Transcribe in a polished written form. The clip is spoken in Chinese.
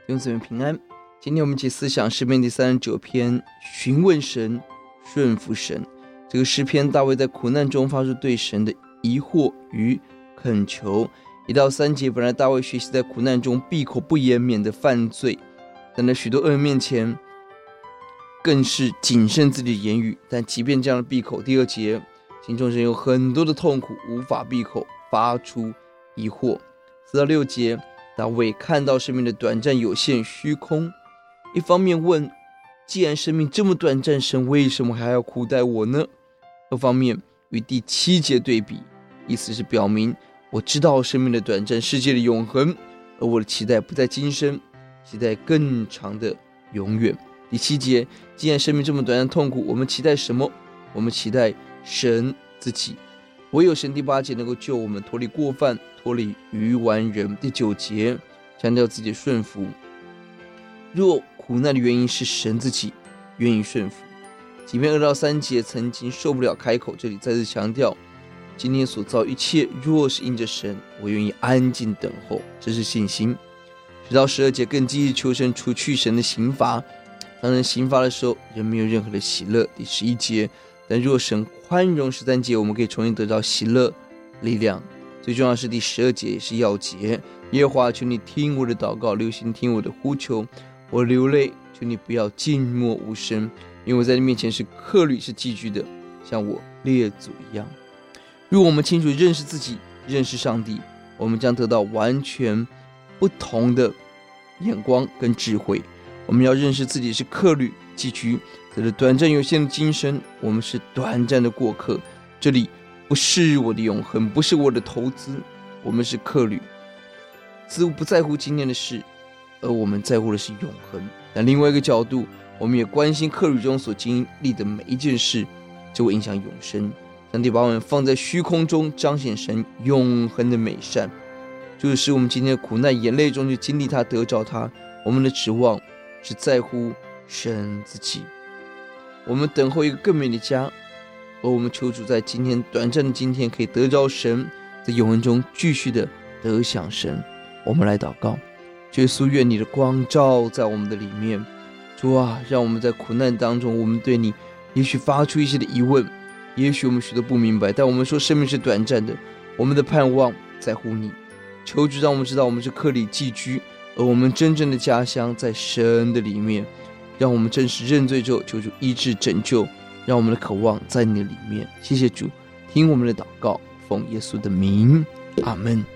弟兄姊妹平安。今天我们一起思想诗篇第39篇，询问神，顺服神。这个诗篇大卫在苦难中发出对神的疑惑与恳求。1到3节，本来大卫学习在苦难中闭口不言，免得犯罪，但在许多恶人面前更是谨慎自己的言语。但即便这样的闭口，第2节，心中仍有很多的痛苦，无法闭口发出疑惑。4到6节，大卫看到生命的短暂、有限、虚空，一方面问，既然生命这么短暂，神为什么还要苦待我呢？二方面与第7节对比，意思是表明我知道生命的短暂，世界的永恒，而我的期待不在今生，期待更长的永远。第7节，既然生命这么短暂痛苦，我们期待什么？我们期待神自己，唯有神。第8节能够救我们脱离过犯，脱离愚顽人。第9节强调自己的顺服，若苦难的原因是神自己愿意顺服。即便2到3节曾经受不了开口，这里再次强调今天所造一切，若是因着神，我愿意安静等候，这是信心。10到12节更积极求神除去神的刑罚，当人刑罚的时候，人没有任何的喜乐。第11节，但若神宽容。13节，我们可以重新得到喜乐力量。最重要的是第12节，也是要节，耶和华，求你听我的祷告，留心听我的呼求，我流泪，求你不要静默无声，因为我在你面前是客旅，是寄居的，像我列祖一样。如果我们清楚认识自己，认识上帝，我们将得到完全不同的眼光跟智慧。我们要认识自己是客旅寄居，在这短暂有限的今生，我们是短暂的过客，这里不是我的永恒，不是我的投资，我们是客旅，似乎不在乎今天的事，而我们在乎的是永恒。但另外一个角度，我们也关心客旅中所经历的每一件事，就会影响永生。上帝把我们放在虚空中，彰显神永恒的美善，就是使我们今天的苦难眼泪中去经历它，得着它。我们的指望是在乎神自己。我们等候一个更美的家，而我们求主在今天短暂的今天可以得着神，在永恒中继续的得享神。我们来祷告，耶稣，愿你的光照在我们的里面。主啊，让我们在苦难当中，我们对你也许发出一些的疑问，也许我们许多不明白，但我们说生命是短暂的，我们的盼望在乎你。求主让我们知道我们是客旅寄居，而我们真正的家乡在神的里面。让我们真实认罪之后，求主医治拯救，让我们的渴望在你的里面。谢谢主，听我们的祷告，奉耶稣的名，阿们。